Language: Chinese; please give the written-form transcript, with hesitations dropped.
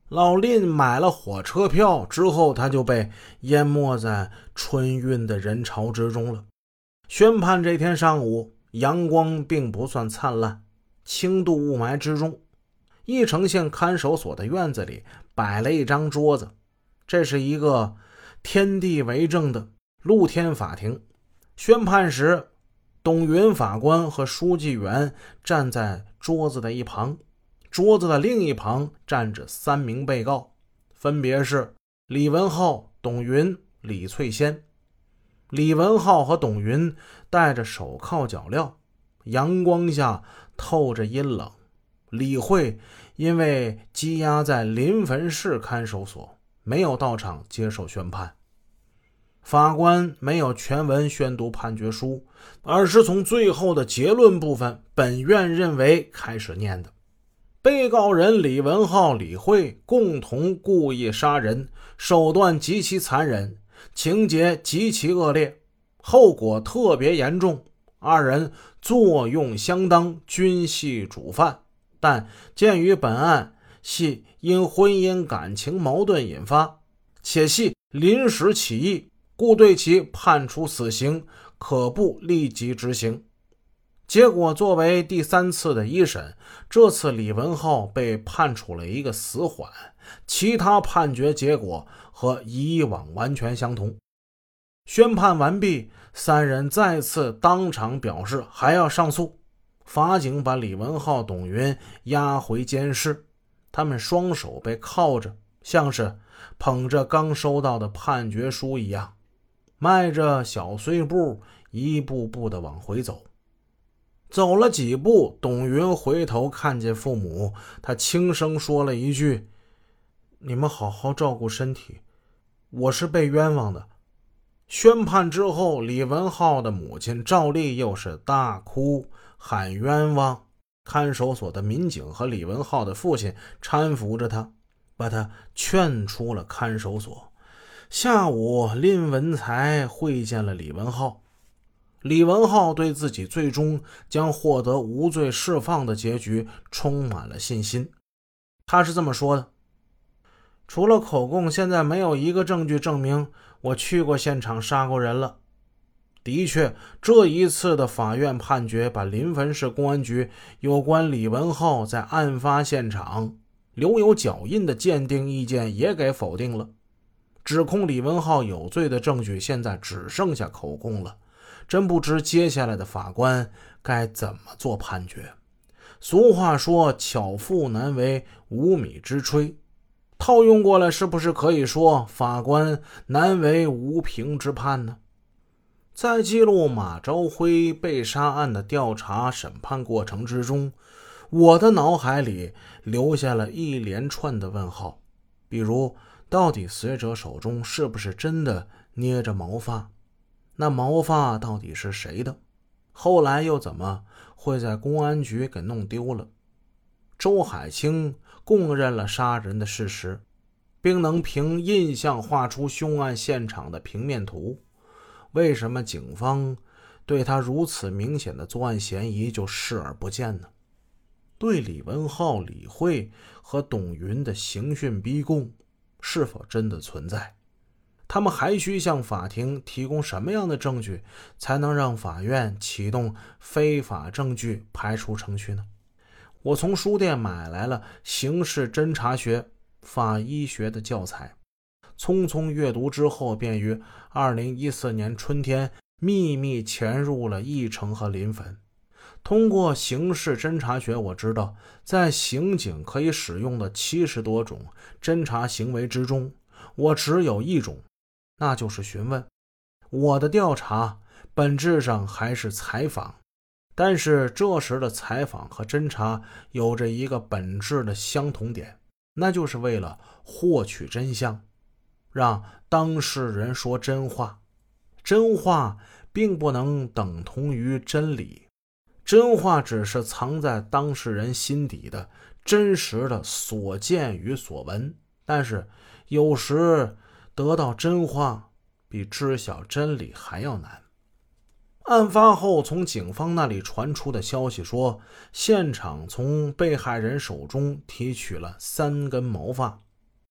老蔺买了火车票之后，他就被淹没在春运的人潮之中了。宣判这天上午，阳光并不算灿烂，轻度雾霾之中，义城县看守所的院子里摆了一张桌子，这是一个天地为证的露天法庭。宣判时，董云法官和书记员站在桌子的一旁，桌子的另一旁站着3名被告，分别是李文浩、董云、李翠仙。李文浩和董云戴着手铐脚镣，阳光下透着阴冷。李慧因为羁押在临汾市看守所，没有到场接受宣判。法官没有全文宣读判决书，而是从最后的结论部分本院认为开始念的。被告人李文浩、李慧共同故意杀人，手段极其残忍，情节极其恶劣，后果特别严重，二人作用相当，均系主犯。但鉴于本案系因婚姻感情矛盾引发，且系临时起意，故对其判处死刑，可不立即执行。结果作为第3次的一审，这次李文浩被判处了一个死缓，其他判决结果和以往完全相同。宣判完毕，3人再次当场表示还要上诉。法警把李文浩、董云押回监室，他们双手被铐着，像是捧着刚收到的判决书一样，迈着小碎步一步步地往回走。走了几步，董云回头看见父母，他轻声说了一句：你们好好照顾身体，我是被冤枉的。宣判之后，李文浩的母亲赵丽又是大哭喊冤枉。看守所的民警和李文浩的父亲搀扶着他，把他劝出了看守所。下午，蔺文才会见了李文浩。李文浩对自己最终将获得无罪释放的结局充满了信心。他是这么说的：除了口供，现在没有一个证据证明我去过现场杀过人了。的确，这一次的法院判决把临汾市公安局有关李文浩在案发现场留有脚印的鉴定意见也给否定了。指控李文浩有罪的证据现在只剩下口供了，真不知接下来的法官该怎么做判决。俗话说巧妇难为无米之炊，套用过来是不是可以说法官难为无凭之判呢？在记录马朝辉被杀案的调查审判过程之中，我的脑海里留下了一连串的问号，比如到底死者手中是不是真的捏着毛发？那毛发到底是谁的？后来又怎么会在公安局给弄丢了？周海清供认了杀人的事实，并能凭印象画出凶案现场的平面图，为什么警方对他如此明显的作案嫌疑就视而不见呢？对李文浩、李慧和董云的刑讯逼供是否真的存在？他们还需向法庭提供什么样的证据，才能让法院启动非法证据排除程序呢？我从书店买来了刑事侦查学、法医学的教材，匆匆阅读之后，便于2014年春天秘密潜入了义城和临汾。通过刑事侦查学，我知道在刑警可以使用的70多种侦查行为之中，我只有一种，那就是询问。我的调查本质上还是采访，但是这时的采访和侦查有着一个本质的相同点，那就是为了获取真相，让当事人说真话。真话并不能等同于真理，真话只是藏在当事人心底的真实的所见与所闻，但是有时得到真话比知晓真理还要难。案发后，从警方那里传出的消息说，现场从被害人手中提取了3根毛发，